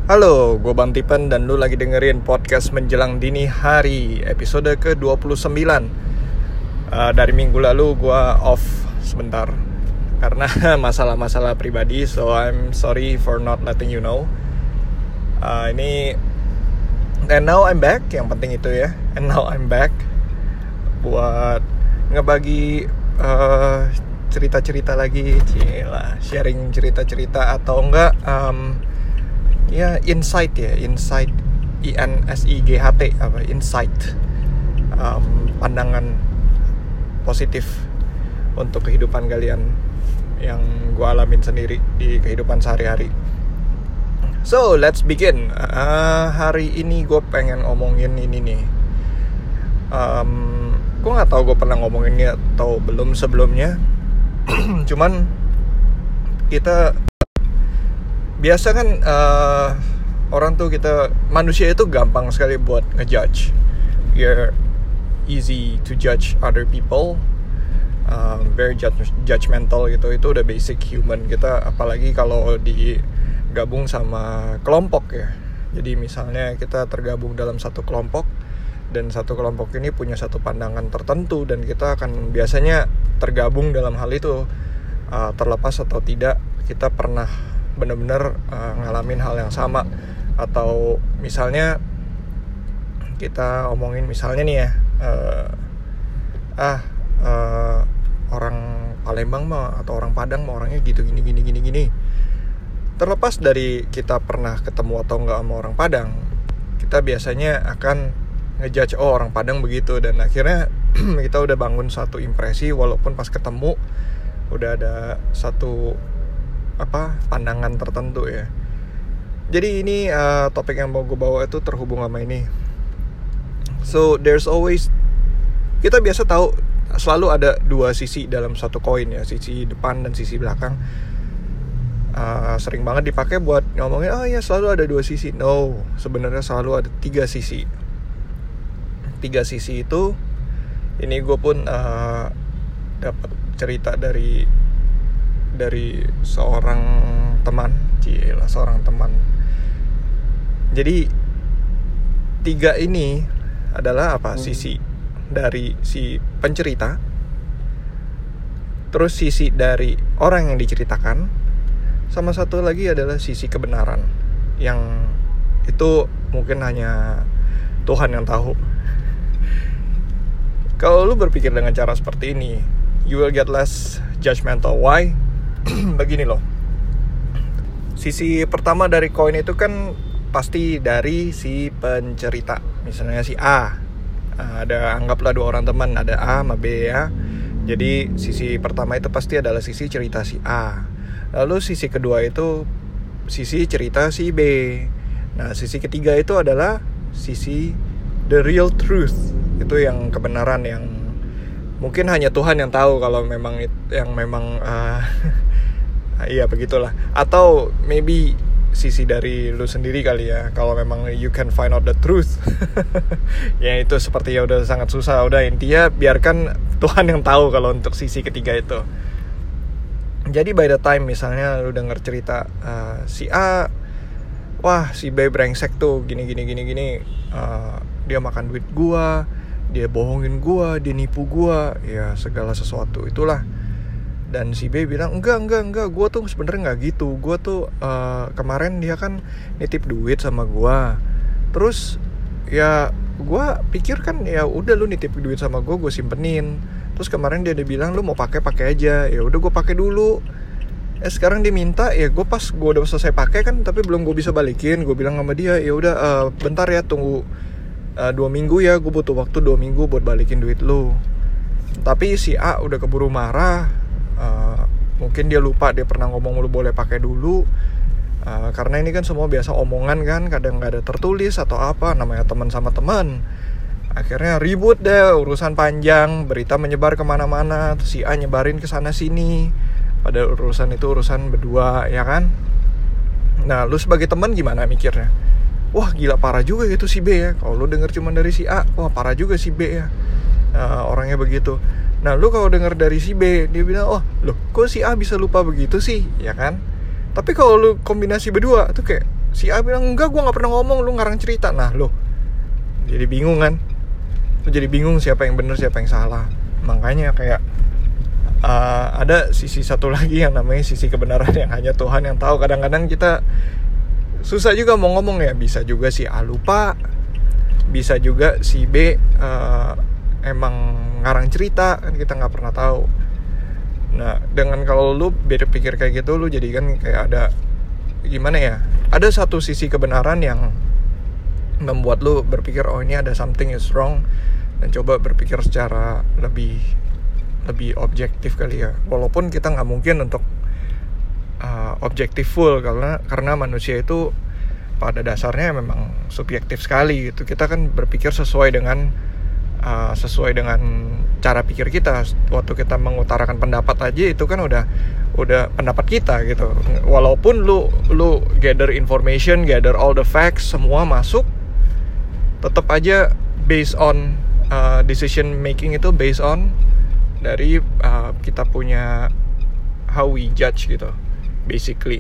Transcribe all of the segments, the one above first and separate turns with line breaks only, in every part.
Halo, gue Bang Tipen dan lu lagi dengerin podcast Menjelang Dini Hari episode ke-29. Dari minggu lalu gue off sebentar karena masalah-masalah pribadi. So I'm sorry for not letting you know. And now I'm back, yang penting itu ya. And now I'm back buat ngebagi cerita-cerita lagi, sharing cerita-cerita atau enggak insight INSIGHT pandangan positif untuk kehidupan kalian yang gue alamin sendiri di kehidupan sehari-hari. So let's begin. Hari ini gue pengen ngomongin ini nih. Gue nggak tahu gue pernah ngomonginnya atau belum sebelumnya. Cuman kita biasa kan manusia itu gampang sekali buat ngejudge. You're easy to judge other people, very judgmental gitu. Itu udah basic human kita, apalagi kalau digabung sama kelompok ya. Jadi misalnya kita tergabung dalam satu kelompok dan satu kelompok ini punya satu pandangan tertentu dan kita akan biasanya tergabung dalam hal itu, terlepas atau tidak kita pernah benar-benar ngalamin hal yang sama. Atau misalnya kita omongin misalnya nih ya, orang Palembang mah atau orang Padang mah orangnya gitu gini. Terlepas dari kita pernah ketemu atau enggak sama orang Padang, kita biasanya akan ngejudge orang Padang begitu, dan akhirnya kita udah bangun satu impresi walaupun pas ketemu udah ada satu pandangan tertentu ya. Jadi ini topik yang mau gue bawa itu terhubung sama ini. So there's always, kita biasa tahu selalu ada dua sisi dalam satu koin ya, sisi depan dan sisi belakang. Sering banget dipakai buat ngomongin selalu ada dua sisi. No, sebenarnya selalu ada tiga sisi. Tiga sisi itu, ini gue pun dapat cerita dari seorang teman. Jadi tiga ini adalah sisi dari si pencerita, terus sisi dari orang yang diceritakan, sama satu lagi adalah sisi kebenaran, yang itu mungkin hanya Tuhan yang tahu. Kalau lu berpikir dengan cara seperti ini, you will get less judgmental. Why? Begini loh, sisi pertama dari koin itu kan pasti dari si pencerita. Misalnya si A, ada anggaplah dua orang teman, ada A sama B ya. Jadi sisi pertama itu pasti adalah sisi cerita si A. Lalu sisi kedua itu sisi cerita si B. Nah sisi ketiga itu adalah sisi the real truth. Itu yang kebenaran yang mungkin hanya Tuhan yang tahu, kalau memang iya begitulah. Atau maybe sisi dari lu sendiri kali ya, kalau memang you can find out the truth. Ya itu seperti ya udah sangat susah. Udah intinya biarkan Tuhan yang tahu kalau untuk sisi ketiga itu. Jadi by the time misalnya lu denger cerita si A, wah si B brengsek tuh gini, dia makan duit gua, dia bohongin gua, dia nipu gua, ya segala sesuatu itulah. Dan si B bilang enggak, gue tuh sebenarnya nggak gitu. Gue tuh kemarin dia kan nitip duit sama gue. Terus ya gue pikir kan ya udah lu nitip duit sama gue simpenin. Terus kemarin dia bilang lu mau pakai aja. Ya udah gue pakai dulu. Sekarang dia minta, ya gue pas gue udah selesai pakai kan, tapi belum gue bisa balikin. Gue bilang sama dia ya udah bentar ya, tunggu 2 minggu ya. Gue butuh waktu 2 minggu buat balikin duit lu. Tapi si A udah keburu marah. Mungkin dia lupa dia pernah ngomong lu boleh pakai dulu, karena ini kan semua biasa omongan kan, kadang nggak ada tertulis atau apa, namanya teman sama teman. Akhirnya ribut deh, urusan panjang, berita menyebar kemana-mana, si A nyebarin kesana sini, padahal urusan itu urusan berdua ya kan. Nah lu sebagai teman gimana mikirnya? Wah gila parah juga gitu si B ya. Kalau lu denger cuma dari si A, wah parah juga si B ya, orangnya begitu. Nah lu kalau denger dari si B, dia bilang oh loh kok si A bisa lupa begitu sih, ya kan. Tapi kalau lu kombinasi berdua tuh kayak Si A bilang enggak, gue nggak pernah ngomong, lu ngarang cerita. Nah lo jadi bingung kan, lu jadi bingung siapa yang benar siapa yang salah. Makanya kayak ada sisi satu lagi yang namanya sisi kebenaran yang hanya Tuhan yang tahu. Kadang-kadang kita susah juga mau ngomong ya. Bisa juga si A lupa, bisa juga si B emang ngarang cerita, kan kita nggak pernah tahu. Nah dengan kalau lu berpikir kayak gitu, lu jadi kan kayak ada gimana ya, ada satu sisi kebenaran yang membuat lu berpikir oh ini ada something is wrong, dan coba berpikir secara lebih objektif kali ya. Walaupun kita nggak mungkin untuk objektif full karena manusia itu pada dasarnya memang subjektif sekali gitu. Kita kan berpikir sesuai dengan cara pikir kita. Waktu kita mengutarakan pendapat aja itu kan udah pendapat kita gitu. Walaupun lu gather information, gather all the facts, semua masuk, tetap aja based on decision making itu based on dari kita punya how we judge gitu basically.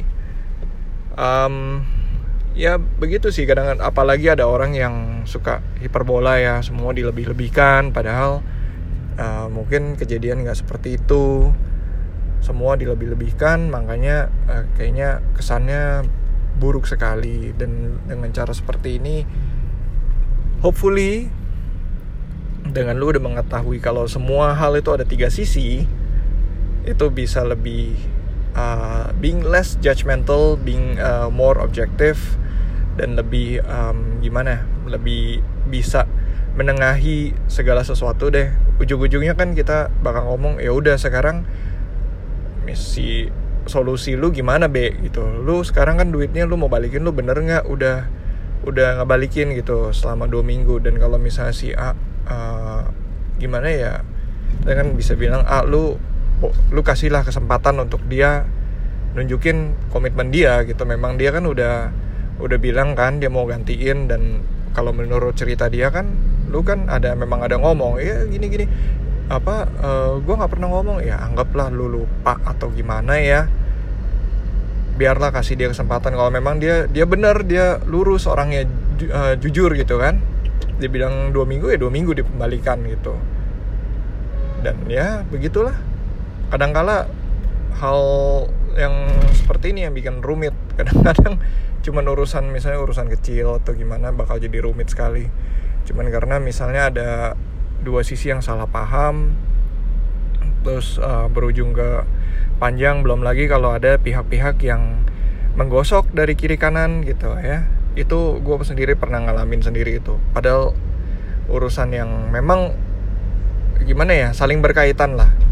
Ya begitu sih kadang, apalagi ada orang yang suka hiperbola ya, semua dilebih-lebihkan, padahal mungkin kejadian nggak seperti itu, semua dilebih-lebihkan, makanya kayaknya kesannya buruk sekali. Dan dengan cara seperti ini, hopefully dengan lu udah mengetahui kalau semua hal itu ada 3 sisi, itu bisa lebih being less judgmental, being more objective, dan lebih lebih bisa menengahi segala sesuatu deh. Ujung-ujungnya kan kita bakal ngomong ya udah sekarang misi solusi lu gimana be gitu. Lu sekarang kan duitnya lu mau balikin, lu bener nggak udah ngebalikin gitu selama 2 minggu. Dan kalau misalnya si A gimana ya, kita kan bisa bilang lu kasihlah kesempatan untuk dia nunjukin komitmen dia gitu. Memang dia kan udah bilang kan dia mau gantiin, dan kalau menurut cerita dia kan lu kan memang ada ngomong ya gini gue nggak pernah ngomong, ya anggaplah lu lupa atau gimana ya, biarlah kasih dia kesempatan. Kalau memang dia benar, dia lurus orangnya, jujur gitu kan, dia bilang 2 minggu ya 2 minggu dikembalikan gitu. Dan ya begitulah, kadangkala hal yang seperti ini yang bikin rumit. Kadang-kadang cuman misalnya urusan kecil atau gimana bakal jadi rumit sekali, cuman karena misalnya ada 2 sisi yang salah paham, terus berujung ke panjang. Belum lagi kalau ada pihak-pihak yang menggosok dari kiri kanan gitu ya. Itu gue sendiri pernah ngalamin sendiri itu. Padahal urusan yang memang gimana ya, saling berkaitan.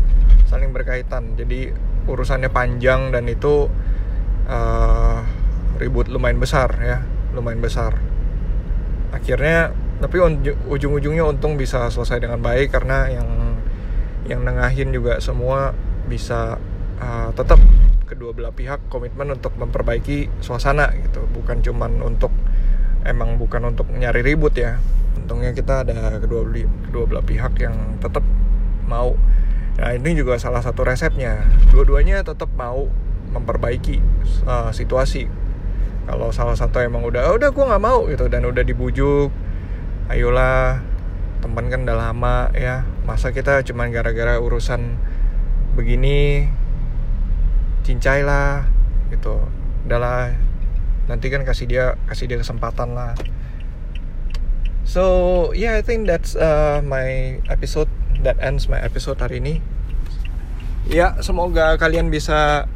Jadi urusannya panjang dan itu ribut lumayan besar. Akhirnya tapi ujung-ujungnya untung bisa selesai dengan baik, karena yang nengahin juga semua bisa tetap kedua belah pihak komitmen untuk memperbaiki suasana gitu, bukan untuk nyari ribut ya. Untungnya kita ada kedua belah pihak yang tetap mau. Nah ini juga salah satu resepnya, dua-duanya tetap mau memperbaiki situasi. Kalau salah satu emang udah gue nggak mau gitu, dan udah dibujuk, ayolah teman kan udah lama ya, masa kita cuman gara-gara urusan begini cincai lah gitu, udahlah nanti kan kasih dia kesempatan lah. So yeah, I think that's my episode, that ends my episode hari ini. Ya semoga kalian bisa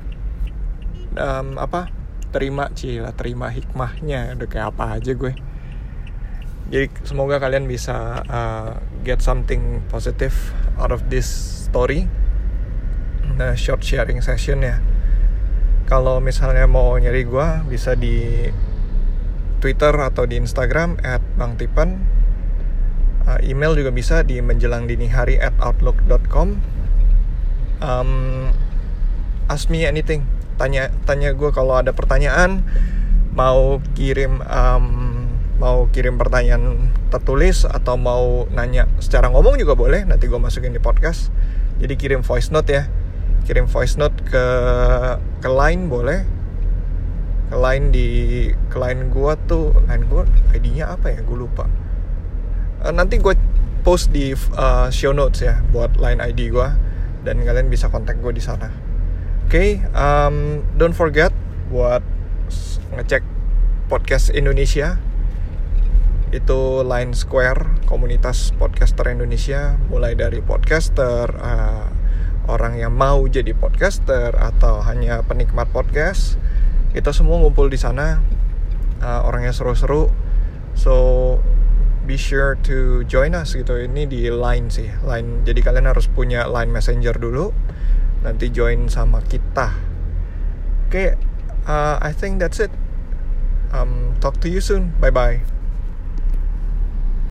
terima hikmahnya. Udah kayak apa aja gue. Jadi semoga kalian bisa get something positive out of this story, short sharing session ya. Kalau misalnya mau nyari gue, bisa di Twitter atau di Instagram @bangtipan. Email juga bisa di menjelangdinihari@outlook.com. Ask me anything. Tanya gue kalau ada pertanyaan. Mau kirim pertanyaan tertulis atau mau nanya secara ngomong juga boleh. Nanti gue masukin di podcast. Jadi kirim voice note ya. Kirim voice note ke line boleh. Line gue tuh, line gue ID-nya apa ya, gue lupa. Nanti gue post di show notes ya buat line ID gue, dan kalian bisa kontak gue di sana. Oke, don't forget buat ngecek podcast Indonesia. Itu Line Square, komunitas podcaster Indonesia, mulai dari podcaster, orang yang mau jadi podcaster, atau hanya penikmat podcast. Kita semua ngumpul di sana, orangnya seru-seru. So be sure to join us gitu. Ini di Line sih, Line. Jadi kalian harus punya Line Messenger dulu, nanti join sama kita. Oke, I think that's it. Talk to you soon. Bye bye.